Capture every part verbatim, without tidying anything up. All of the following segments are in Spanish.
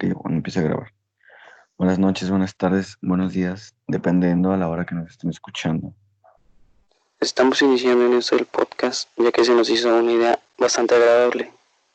Ok, bueno, empieza a grabar. Buenas noches, buenas tardes, buenos días, dependiendo a la hora que nos estén escuchando. Estamos iniciando en esto el podcast, ya que se nos hizo una idea bastante agradable.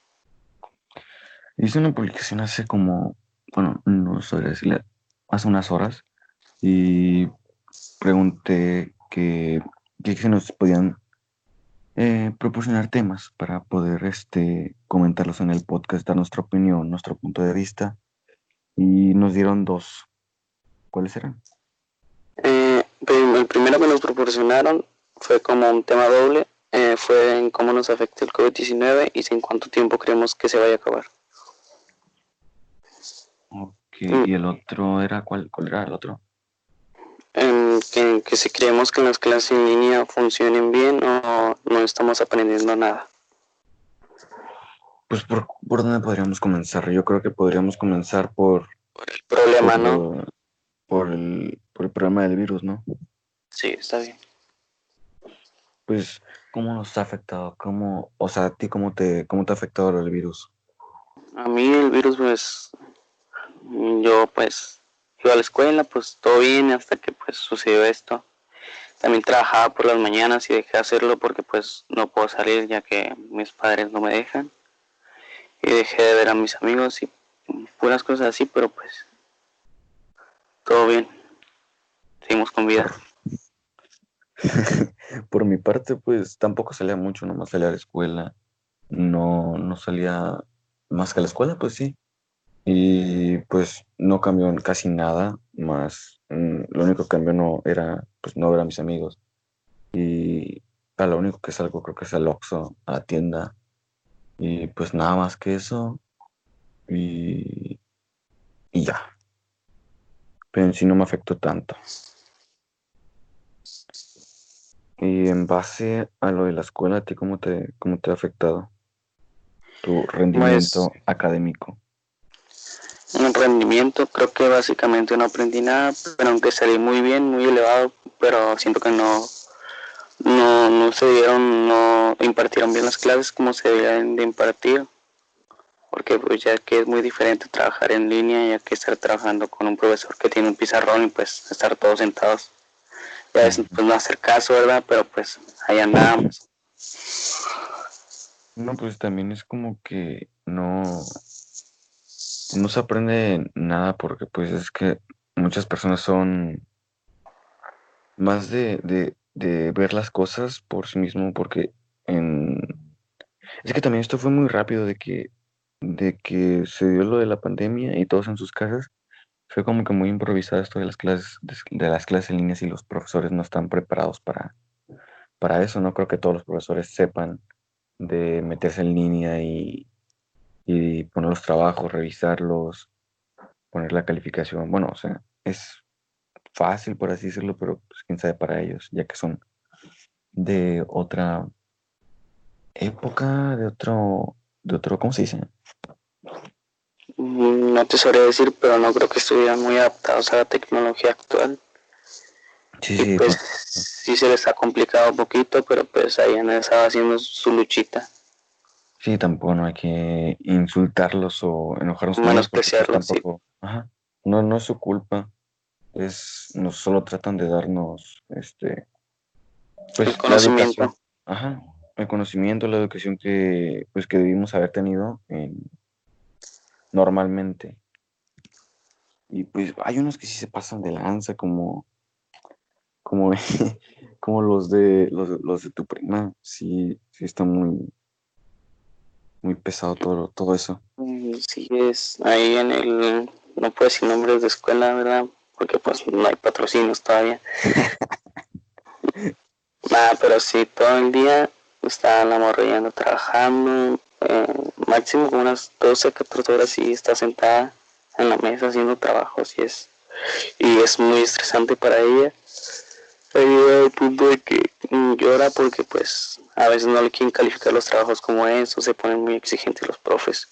Hice una publicación hace como, bueno, no sabría decirle, hace unas horas y pregunté que, que se nos podían eh, proporcionar temas para poder este, comentarlos en el podcast, dar nuestra opinión, nuestro punto de vista y nos dieron dos. ¿Cuáles eran? Eh, el primero que nos proporcionaron fue como un tema doble, eh, fue en cómo nos afecta el COVID diecinueve y en cuánto tiempo creemos que se vaya a acabar. Ok, Mm, y el otro era, ¿cuál, cuál era el otro? en que, que si creemos que las clases en línea funcionen bien o no estamos aprendiendo nada. Pues por, por dónde podríamos comenzar. Yo creo que podríamos comenzar por, El problema, ¿no? por, por el, por el problema del virus, ¿no? Sí, está bien. Pues, ¿cómo nos ha afectado? ¿Cómo, o sea, a ti cómo te, cómo te ha afectado el virus? A mí el virus, pues, yo pues iba a la escuela, pues todo bien hasta que pues sucedió esto. También trabajaba por las mañanas y dejé de hacerlo porque pues no puedo salir ya que mis padres no me dejan. Y dejé de ver a mis amigos y puras cosas así, pero pues todo bien, seguimos con vida. Por, por mi parte, pues tampoco salía mucho, nomás salía a la escuela. No, no salía más que a la escuela, pues sí. Y pues no cambió casi nada, más mm, lo único que cambió no era, pues no ver a mis amigos. Y a lo único que salgo creo que es al Oxxo, a la tienda. Y pues nada más que eso. Y, y ya. Pero en sí no me afectó tanto. Y en base a lo de la escuela, ¿a ti cómo te, cómo te ha afectado tu Pues rendimiento académico? un rendimiento, creo que básicamente no aprendí nada, pero aunque salí muy bien, muy elevado, pero siento que no, no, no se dieron, no impartieron bien las clases como se debían de impartir, porque pues ya que es muy diferente trabajar en línea ya que estar trabajando con un profesor que tiene un pizarrón y pues estar todos sentados. Y a veces Ujú. pues no hacer caso, ¿verdad? Pero pues ahí andamos. No, pues también es como que no, no se aprende nada porque pues es que muchas personas son más de, de, de ver las cosas por sí mismo porque en... Es que también esto fue muy rápido de que, de que se dio lo de la pandemia y todos en sus casas. Fue como que muy improvisado esto de las clases, de, de las clases en línea y los profesores no están preparados para, para eso. No creo que todos los profesores sepan de meterse en línea y, y poner los trabajos, revisarlos, poner la calificación. Bueno, o sea, es fácil por así decirlo, pero pues quién sabe para ellos, ya que son de otra época, de otro, de otro, ¿cómo se dice? No te sabría decir, pero no creo que estuvieran muy adaptados a la tecnología actual. Sí, Y sí, pues con- sí se les ha complicado un poquito, pero pues ahí han estado haciendo su luchita. sí, tampoco no hay que insultarlos o enojarnos con ellos porque pues Menospreciarlo, sí. tampoco, ajá, no, no es su culpa. Es, nos solo tratan de darnos, este, El pues la educación, conocimiento. ajá, el conocimiento, la educación que, pues que debimos haber tenido en- normalmente. Y pues hay unos que sí se pasan de lanza, como, como, como los de, los, los de tu prima, sí, sí está muy, muy pesado todo, todo eso. Sí, es ahí en el. No puedo decir nombres de escuela, ¿verdad? Porque pues no hay patrocinios todavía. Nada, pero sí, todo el día está la morrilla trabajando, eh, máximo como unas doce catorce horas y está sentada en la mesa haciendo trabajos y es, y es muy estresante para ella. Ha llegado al punto de que mm, llora porque pues a veces no le quieren calificar los trabajos como es o se ponen muy exigentes los profes.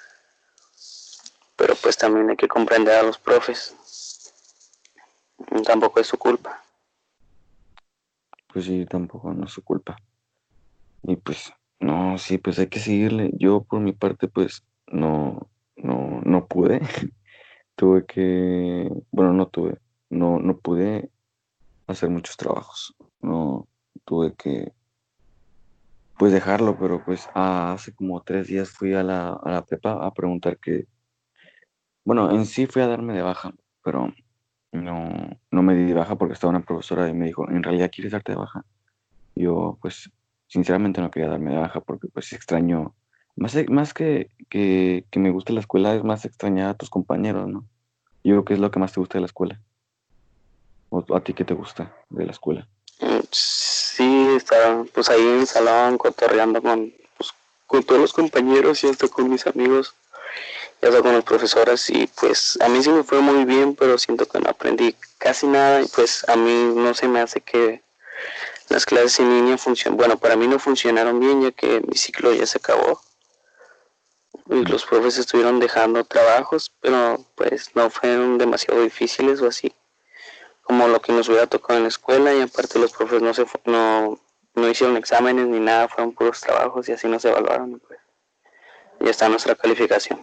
Pero pues también hay que comprender a los profes, tampoco es su culpa. Pues sí, tampoco, no es su culpa. Y pues, no, sí, pues hay que seguirle. Yo por mi parte, pues, no. no, no pude. Tuve que, bueno, no tuve, no, no pude hacer muchos trabajos. No tuve que, pues dejarlo, pero pues ah, hace como tres días fui a la, a la prepa a preguntar que, bueno, en sí fui a darme de baja, pero no, no me di de baja porque estaba una profesora y me dijo, ¿en realidad quieres darte de baja? Y yo, pues, sinceramente no quería darme de baja porque pues extraño, más, más que, que, que me guste la escuela, es más extrañar a tus compañeros, ¿no? Yo creo que es lo que más te gusta de la escuela. ¿O a ti qué te gusta de la escuela? Mm, Sí, estaba pues ahí en el salón cotorreando con, pues, con todos los compañeros y hasta con mis amigos, y hasta con los profesores y pues a mí sí me fue muy bien, pero siento que no aprendí casi nada y pues a mí no se me hace que las clases en línea funcionen. Bueno, para mí no funcionaron bien ya que mi ciclo ya se acabó y Mm. los profes estuvieron dejando trabajos, pero pues no fueron demasiado difíciles o así como lo que nos hubiera tocado en la escuela y aparte los profes no se no, no hicieron exámenes ni nada, fueron puros trabajos y así nos evaluaron y pues ya está nuestra calificación.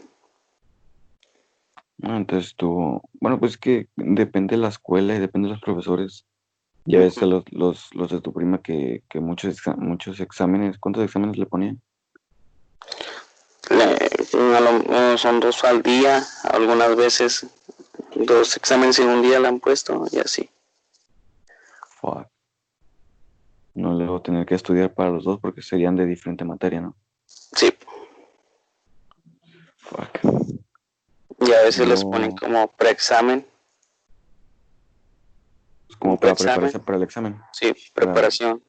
Ah, entonces tú, bueno, pues que depende de la escuela y depende de los profesores. Ya ves a Uh-huh. los, los, los de tu prima que, que muchos, exa- muchos exámenes, ¿cuántos exámenes le ponían? Le, son dos al día, algunas veces dos exámenes en un día le han puesto y así. Fuck. No le voy a tener que estudiar para los dos porque serían de diferente materia, ¿no? Sí, Fuck. y a veces les ponen Yo, como preexamen, pues, un como para preexamen, prepararse para el examen, sí, para, preparación.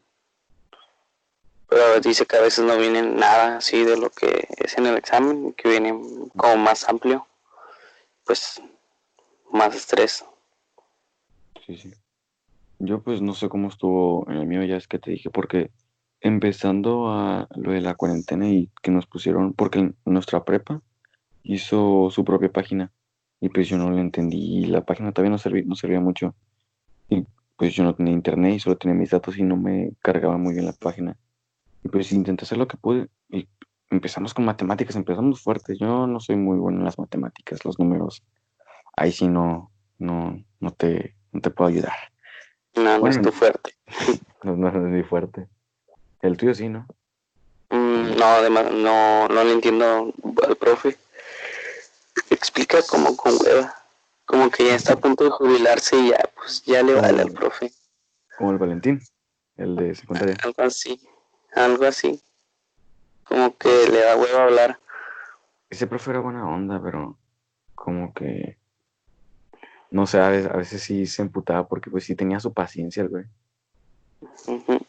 Pero dice que a veces no viene nada así de lo que es en el examen, que viene como más amplio, pues más estrés. sí, sí. Yo pues no sé cómo estuvo en el mío, ya es que te dije, porque empezando a lo de la cuarentena y que nos pusieron, porque en nuestra prepa hizo su propia página y pues yo no la entendí y la página todavía no servía, no servía mucho y pues yo no tenía internet y solo tenía mis datos y no me cargaba muy bien la página y pues intenté hacer lo que pude y empezamos con matemáticas, empezamos fuertes. Yo no soy muy bueno en las matemáticas, los números, ahí sí no, no, no te, no te puedo ayudar. No, no es Bueno, tu fuerte. no, no, no es muy fuerte. El tuyo sí, ¿no? Mm, El- no, además, no, no le entiendo al profe. Explica como con hueva. Como que ya está a punto de jubilarse y ya, pues ya le vale al como, profe. como el Valentín, el de secundaria. Algo así, algo así. Como que Ese, le da hueva hablar. ese profe era buena onda, pero como que, no sé, a veces, a veces sí se emputaba porque pues sí tenía su paciencia el güey. Ujú.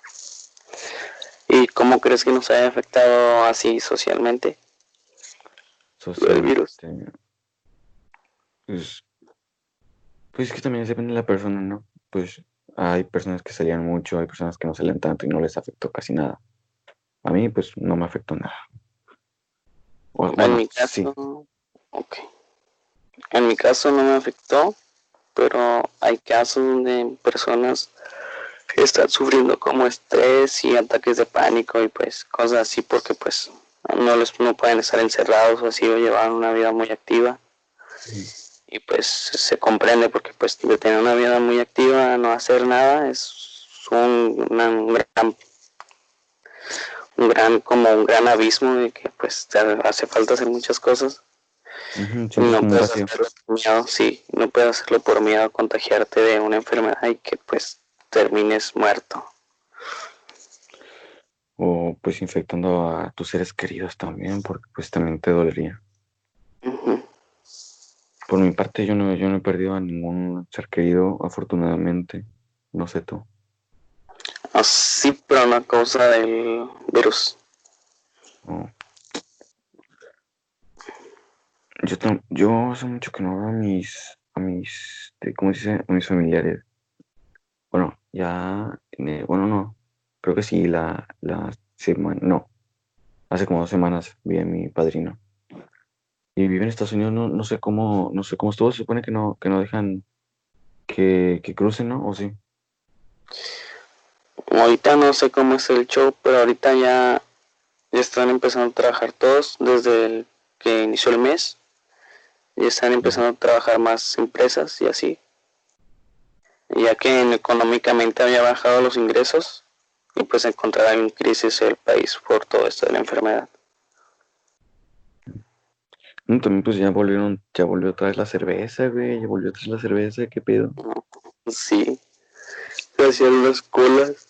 ¿Y cómo crees que nos haya afectado así socialmente lo del virus? Socialmente, pues, pues es que también depende de la persona, ¿no? Pues hay personas que salían mucho, hay personas que no salían tanto y no les afectó casi nada. A mí, pues, no me afectó nada. O, En bueno, mi sí. caso, ok. En mi caso no me afectó, pero hay casos donde personas que están sufriendo como estrés y ataques de pánico y pues cosas así porque pues no les no pueden estar encerrados o así o llevar una vida muy activa Ujú. y pues se comprende porque pues de tener una vida muy activa a no hacer nada es un, una, un gran un gran como un gran abismo de que pues te hace falta hacer muchas cosas Ujú, y sientes no como un puedes vacío. hacerlo por miedo, sí, no puedes hacerlo por miedo a contagiarte de una enfermedad y que pues termines muerto. O pues infectando a tus seres queridos también, porque pues también te dolería. Uh-huh. Por mi parte, yo no, yo no he perdido a ningún ser querido, afortunadamente. No sé tú. Sí, pero no a causa del virus. Oh. Yo, tam- yo hace mucho que no veo a mis, a mis, de- ¿cómo se dice? A mis familiares. Bueno, ya, eh, bueno, no. Creo que sí, la, la semana, no. Hace como dos semanas vi a mi padrino. Y vive en Estados Unidos, no, no sé cómo, no sé cómo estuvo. Se supone que no, que no dejan que, que crucen, ¿no? ¿O sí? Ahorita no sé cómo es el show, pero ahorita ya, ya están empezando a trabajar todos desde el que inició el mes. Ya están empezando a trabajar más empresas y así. Ya que en- económicamente había bajado los ingresos y pues encontrará en crisis el país por todo esto de la enfermedad. Mm, También pues ya volvieron, ya volvió otra vez la cerveza, güey, ya volvió otra vez la cerveza, ¿qué pedo? Sí, hacían unas colas.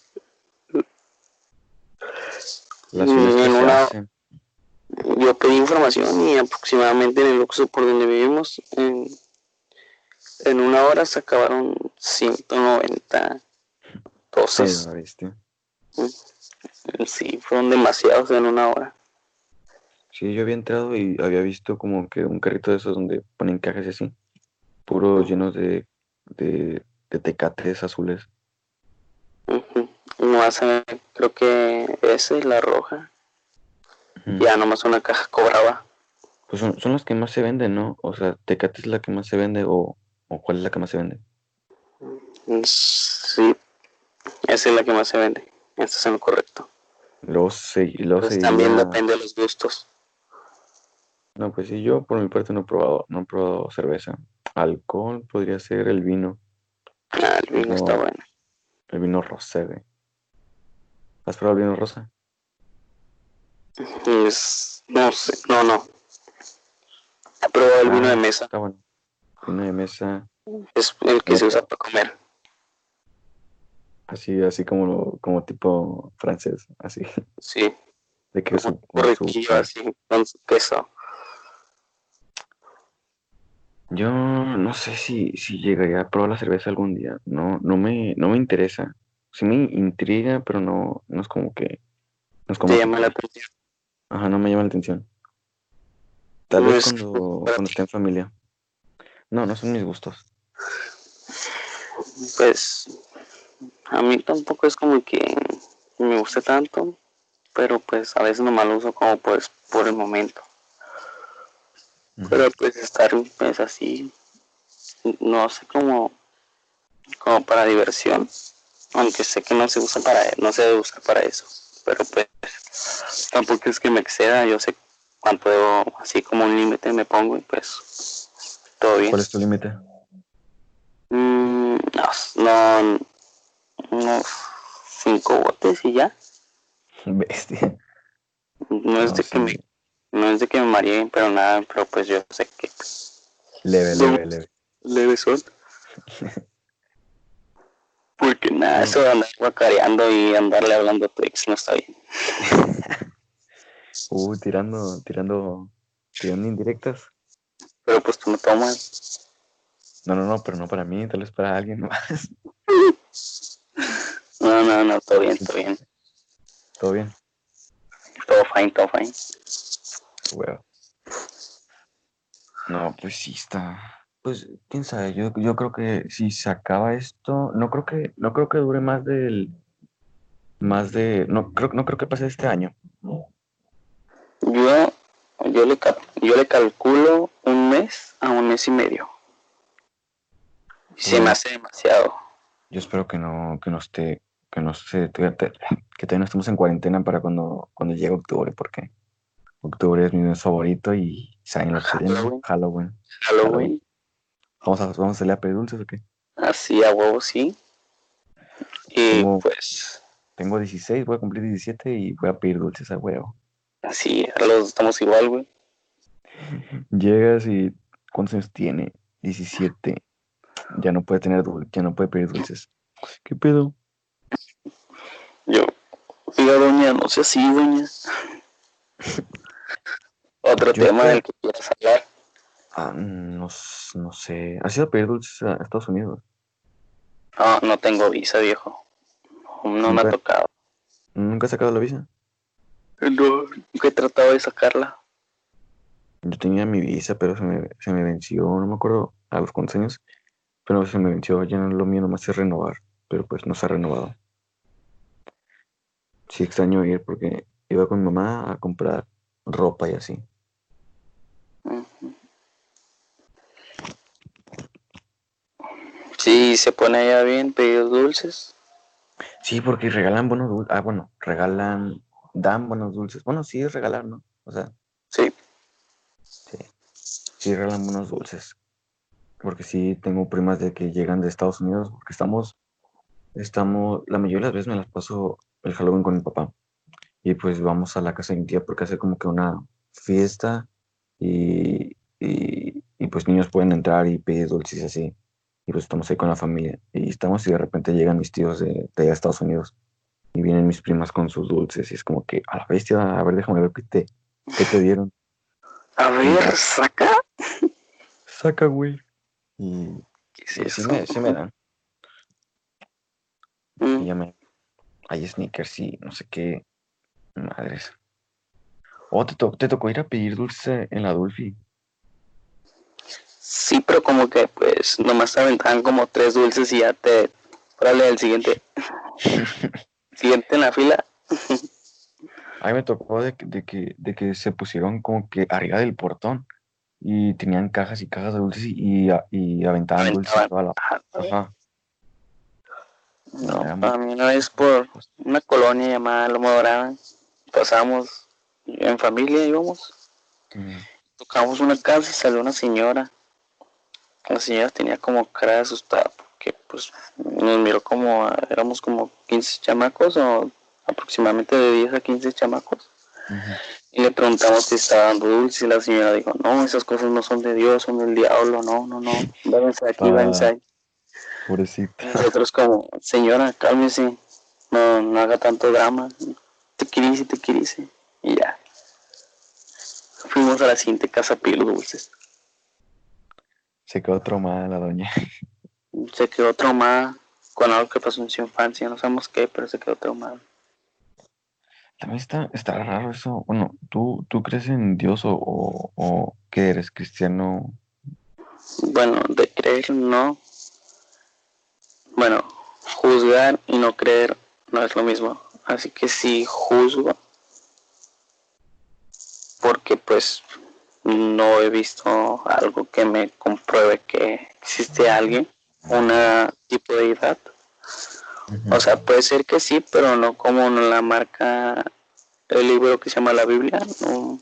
Las filas que En se una, hacen. yo pedí información y aproximadamente en el Oxxo por donde vivimos, en, en una hora se acabaron ciento noventa A la dosis. bestia. Sí, fueron demasiados en una hora. Sí, yo había entrado y había visto como que un carrito de esos donde ponen cajas y así, puros llenos de, de, de tecates azules. Ujú. No hace, creo que esa es la roja. Ujú. Ya nomás una caja cobraba. Pues son, son las que más se venden, ¿no? O sea, Tecate es la que más se vende o, o ¿cuál es la que más se vende? Sí, esa es la que más se vende. Esto es en lo correcto. Luego, se, luego Pues también seguiría. depende de los gustos. No, pues sí, yo por mi parte no he probado, no he probado cerveza. Alcohol podría ser el vino, Ah, el vino está vino, bueno. el vino rosé, güey. ¿Has probado el vino rosa? Es, no sé, no, no. He probado el vino de Ah, mesa. está bueno. Vino de mesa, Es el que se no, usa para comer. así, así como, como tipo francés, así, Sí, de como queso tipo con riquillo azúcar. así, con su queso. Yo no sé si, si llegaría a probar la cerveza algún día. No, no me, no me interesa. Sí me intriga, pero no, no es como que, no es como Te que, llama la atención. ajá, no me llama la atención. Tal No vez es cuando, para cuando ti. esté en familia. No, no son mis gustos. Pues a mí tampoco es como que me guste tanto, pero pues a veces nomás lo uso como pues por el momento. Ujú. Pero pues estar pues así, no sé, como, como para diversión, aunque sé que no se usa para, no se debe usar para eso. Pero pues tampoco es que me exceda, yo sé cuánto debo, así como un límite me pongo y pues todo bien. ¿Cuál es tu límite? Mm, no, no, unos cinco botes y ya. Bestia. No es No, de que me, sí. no es de que me mareen, pero nada, pero pues yo sé que Leve, son leve, leve. leves son. Porque nada, Yo, eso de andar guacareando y andarle hablando a tu ex no está bien. uh, tirando, tirando, tirando indirectas. Pero pues tú no tomas. No, no, no, pero no para mí, tal vez para alguien más. No, no, no, todo bien, todo bien. Todo bien. Todo fine, todo fine. Bueno. No, pues sí está. Pues quién sabe, yo, yo creo que si se acaba esto, no creo que, no creo que dure más del, más de, no creo, no creo que pase este año. Yo, yo, le, yo le calculo un mes a un mes y medio. Se me Pues hace demasiado. yo espero que no, que no esté, que no se, que todavía no estemos en cuarentena para cuando, cuando llegue octubre, porque octubre es mi mes favorito y saben lo que se viene, Halloween, Halloween, Halloween. Halloween. Vamos a, vamos a salir a pedir dulces o qué. Así a huevo, sí. Y Tengo, pues, tengo dieciséis, voy a cumplir diecisiete y voy a pedir dulces a huevo. así, los estamos igual, güey. Llegas y ¿cuántos años tiene? Diecisiete. Ya no puede tener dul- ya no puede pedir dulces. ¿Qué pedo? Yo, diga, doña, no sé así, doña. Otro Yo tema hasta, del que quieras hablar. ah, no, s- no sé. ¿Has ido a pedir dulces a Estados Unidos? No, no tengo visa, viejo. No me ha ¿Nunca, tocado. nunca has sacado la visa? No, nunca he tratado de sacarla. Yo tenía mi visa, pero se me, se me venció, no me acuerdo a los cuántos años, pero se me venció. Ya no, lo mío nomás es renovar, pero pues no se ha renovado. Sí extraño ir porque iba con mi mamá a comprar ropa y así. Sí, se pone allá bien, pedidos dulces. Sí, porque regalan buenos dulces. Ah, bueno, regalan, dan buenos dulces. Bueno, sí es regalar, ¿no? O sea, Sí, sí regalan unos dulces. Porque sí tengo primas de que llegan de Estados Unidos, porque estamos, estamos, la mayoría de las veces me las paso el Halloween con mi papá. Y pues vamos a la casa de mi tía porque hace como que una fiesta y, y, y, pues niños pueden entrar y pedir dulces y así. Y pues estamos ahí con la familia. Y estamos y de repente llegan mis tíos de, de allá de Estados Unidos y vienen mis primas con sus dulces y es como que a la bestia, a ver, déjame ver qué te, qué te dieron. A Y ver, ya, saca. saca, güey. Y ¿Qué es pues sí eso? me, sí me dan. Y Mm, ya me, hay sneakers y no sé qué madres. Oh, te, to- te tocó ir a pedir dulce en la Dulfi. sí, pero como que pues nomás te aventaban como tres dulces y ya te... Órale, el siguiente. Siguiente en la fila. A mí me tocó de, que- de que, de que se pusieron como que arriba del portón y tenían cajas y cajas de dulces y, y, a- y aventaban dulces a Aventaban. toda la... Ajá. Ajá, no, No, era a mucho. mí una vez por una colonia llamada Lomo Dorada, pasamos en familia, íbamos, Mm, tocamos una casa y salió una señora. La señora tenía como cara de asustada porque pues nos miró como, éramos como quince chamacos o aproximadamente de diez a quince chamacos. ujú. Y le preguntamos si estaba dando dulce y la señora dijo, no, esas cosas no son de Dios, son del diablo, no, no, no, váyanse de aquí, váyanse Ah, de aquí. pobrecita. Y nosotros como, señora, cálmese, no, no haga tanto drama, te querís, te querís. Y ya, fuimos a la siguiente casa a pedir los dulces. Se quedó traumada la doña. Se quedó traumada con algo que pasó en su infancia, no sabemos qué, pero se quedó traumada. También está, está raro eso. Bueno, ¿tú, tú crees en Dios o, o, o que eres cristiano? Bueno, de creer no, bueno, juzgar y no creer no es lo mismo. Así que sí juzgo porque pues no he visto algo que me compruebe que existe alguien, una tipo de deidad. O Ujú. sea, puede ser que sí, pero no como nos la marca el libro que se llama la Biblia. No,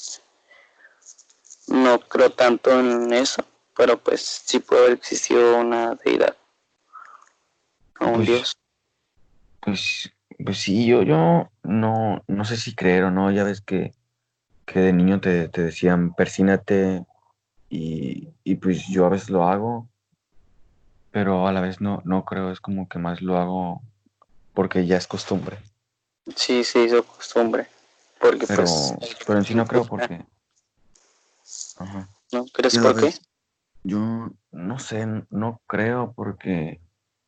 no creo tanto en eso, pero pues sí puede haber existido una deidad o un Pues, dios. pues, pues sí, yo, yo no, no sé si creer o no. Ya ves que, que de niño te, te decían persínate y, y pues yo a veces lo hago, pero a la vez no, no creo, es como que más lo hago porque ya es costumbre, Sí, se hizo costumbre, porque pues pero, pero en sí no creo porque, ajá. ¿no Y crees a la por qué? vez, yo no sé, no creo porque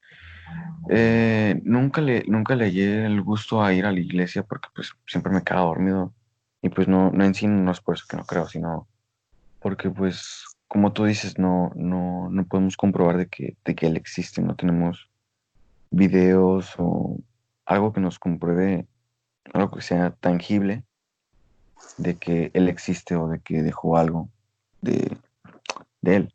eh, nunca le, nunca le hallé el gusto a ir a la iglesia porque pues siempre me quedaba dormido y pues no, no en sí no es por eso que no creo, sino porque pues como tú dices, no, no, no podemos comprobar de que, de que él existe, no tenemos videos o algo que nos compruebe, algo que sea tangible de que él existe o de que dejó algo de, de él.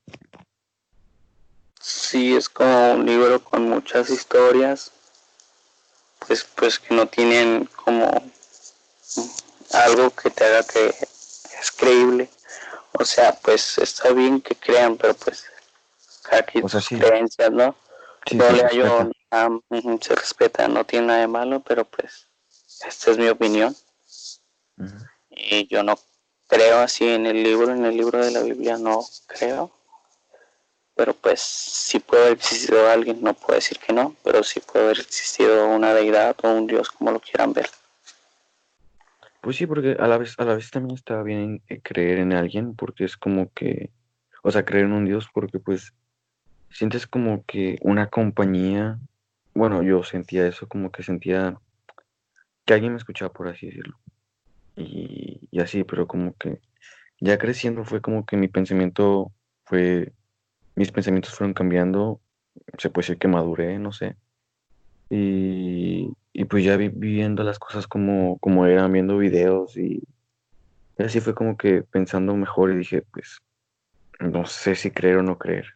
Sí, es como un libro con muchas historias, pues, pues que no tienen como algo que te haga que es creíble. O sea, pues está bien que crean, pero pues cada quien O sea, sus sí, creencias, ¿no? sí No se le hallo, respeta. um, uh, se respeta, no tiene nada de malo, pero pues esta es mi opinión. Ujú. Y yo no creo así en el libro, en el libro de la Biblia no creo. Pero pues sí puede haber existido alguien, no puedo decir que no, pero sí puede haber existido una deidad o un dios, como lo quieran ver. Pues sí, porque a la vez, a la vez también está bien eh, creer en alguien, porque es como que, o sea, creer en un Dios, porque pues sientes como que una compañía, bueno, yo sentía eso, como que sentía que alguien me escuchaba, por así decirlo, y, y así, pero como que ya creciendo fue como que mi pensamiento fue, mis pensamientos fueron cambiando, se puede decir que maduré, no sé, y, y pues ya vi, viendo las cosas como, como eran, viendo videos y Y así fue como que pensando mejor y dije, pues, no sé si creer o no creer.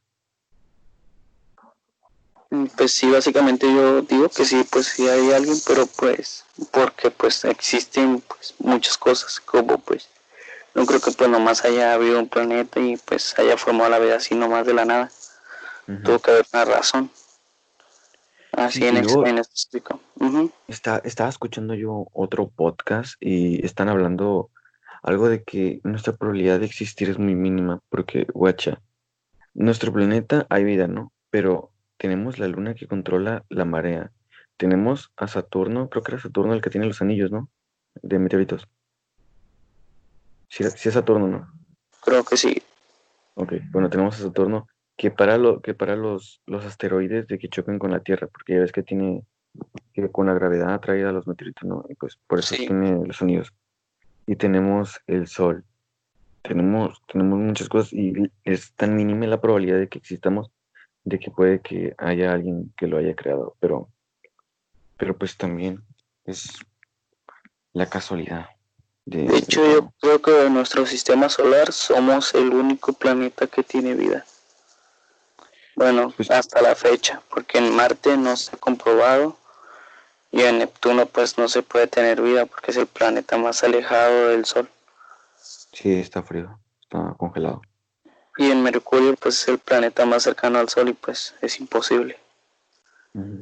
Pues sí, básicamente yo digo que sí, pues sí hay alguien, pero pues porque pues existen pues muchas cosas como pues No creo que pues nomás haya habido un planeta y pues haya formado la vida así nomás de la nada. Ujú. Tuvo que haber una razón, así Sí, en, y ex- luego en específico. Ujú. está, estaba escuchando yo otro podcast y están hablando algo de que nuestra probabilidad de existir es muy mínima, porque, guacha, nuestro planeta hay vida, ¿no? Pero tenemos la luna que controla la marea. Tenemos a Saturno, creo que era Saturno el que tiene los anillos, ¿no? De meteoritos. Sí, sí es Saturno, ¿no? Creo que sí. Ok, bueno, tenemos a Saturno que para, lo, que para los, los asteroides de que choquen con la Tierra, porque ya ves que tiene, que con la gravedad atrae a los meteoritos, ¿no? Y pues por eso Sí. tiene los anillos. Y tenemos el Sol. Tenemos, tenemos muchas cosas y es tan mínima la probabilidad de que existamos, de que puede que haya alguien que lo haya creado, pero, pero pues también es la casualidad de, De de hecho, yo todo. creo que en nuestro sistema solar somos el único planeta que tiene vida. Bueno, Pues hasta la fecha, porque en Marte no se ha comprobado y en Neptuno pues no se puede tener vida porque es el planeta más alejado del Sol. sí, está frío, está congelado. Y en Mercurio pues es el planeta más cercano al Sol y pues es imposible. Ujú.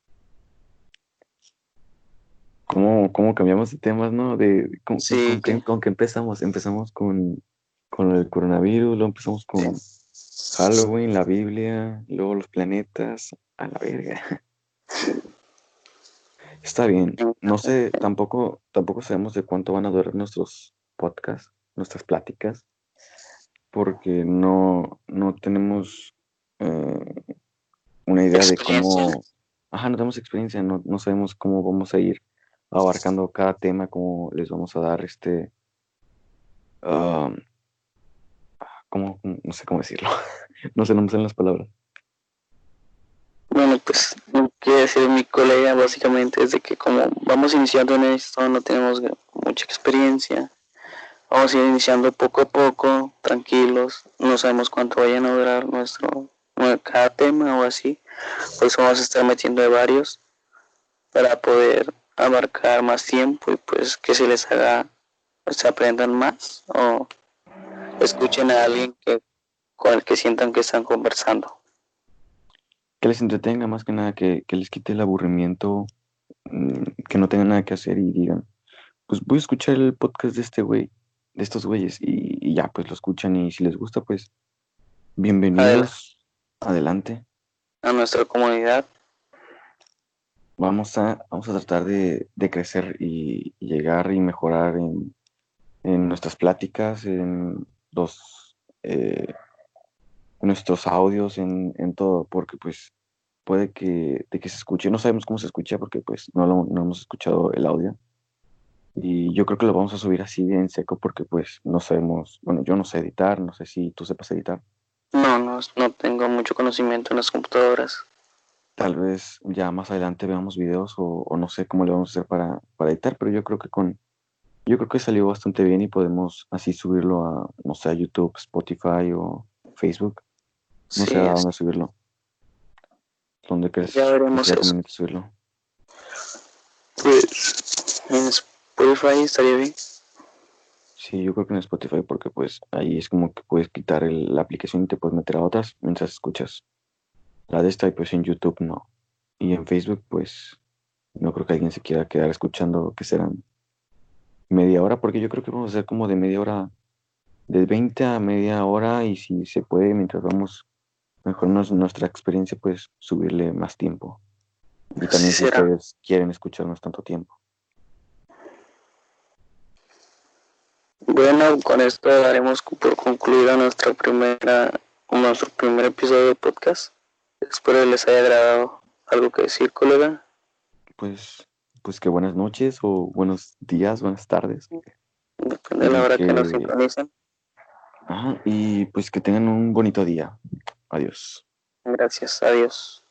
¿Cómo, cómo cambiamos de temas, no? De, con, Sí, con, qué, con qué empezamos? Empezamos con, con el coronavirus, luego empezamos sí. con Halloween, la Biblia, luego los planetas, a la verga. Está bien. No sé, tampoco, tampoco sabemos de cuánto van a durar nuestros podcasts, nuestras pláticas, porque no, no tenemos eh, una idea de Experiencia. cómo, ajá, no tenemos experiencia, no, no sabemos cómo vamos a ir abarcando cada tema, cómo les vamos a dar este, ah, cómo, no sé cómo decirlo, no sé, no me salen las palabras. Bueno, pues lo que quiere decir mi colega básicamente es de que como vamos iniciando en esto, no tenemos mucha experiencia, vamos a ir iniciando poco a poco, tranquilos, no sabemos cuánto vayan a durar nuestro cada tema o así, por eso vamos a estar metiendo de varios para poder abarcar más tiempo y pues que se les haga, pues, se aprendan más o escuchen a alguien que con el que sientan que están conversando. Que les entretenga más que nada, que, que les quite el aburrimiento, mm, que no tengan nada que hacer y digan, pues voy a escuchar el podcast de este güey, de estos güeyes, y, y ya, pues lo escuchan y si les gusta, pues Adelante bienvenidos, adelante. a nuestra comunidad. Vamos a, vamos a tratar de, de crecer y, y llegar y mejorar en, en nuestras pláticas, en los, eh, en nuestros audios, en, en todo, porque pues puede que, de que se escuche, no sabemos cómo se escucha porque pues no, lo, no hemos escuchado el audio. Y yo creo que lo vamos a subir así en seco porque pues no sabemos, bueno, yo no sé editar, no sé si tú sepas editar. No, no, no tengo mucho conocimiento en las computadoras. Tal vez ya más adelante veamos videos o, o no sé cómo le vamos a hacer para, para editar, pero yo creo que con, yo creo que salió bastante bien y podemos así subirlo a, no sé, a YouTube, Spotify o Facebook. No sé Sí, a es, dónde subirlo. ¿Dónde ya crees que veremos sería eso. conveniente subirlo? Pues en Spotify estaría bien. Sí, yo creo que en Spotify porque pues ahí es como que puedes quitar el- la aplicación y te puedes meter a otras mientras escuchas la de esta y pues en YouTube no. Y en Facebook pues no creo que alguien se quiera quedar escuchando que serán media hora porque yo creo que vamos a hacer como de media hora, de veinte a media hora y si se puede mientras vamos mejorando nuestra experiencia pues subirle más tiempo. Y Así también si será. ustedes quieren escucharnos tanto tiempo. Bueno, con esto daremos por concluida nuestra primera, nuestro primer episodio de podcast. Espero les haya agradado. ¿Algo que decir, colega? Pues, pues que buenas noches o buenos días, buenas tardes. Depende de la Y hora que nos que, sintonicen. ajá, y pues que tengan un bonito día. Adiós. Gracias, adiós.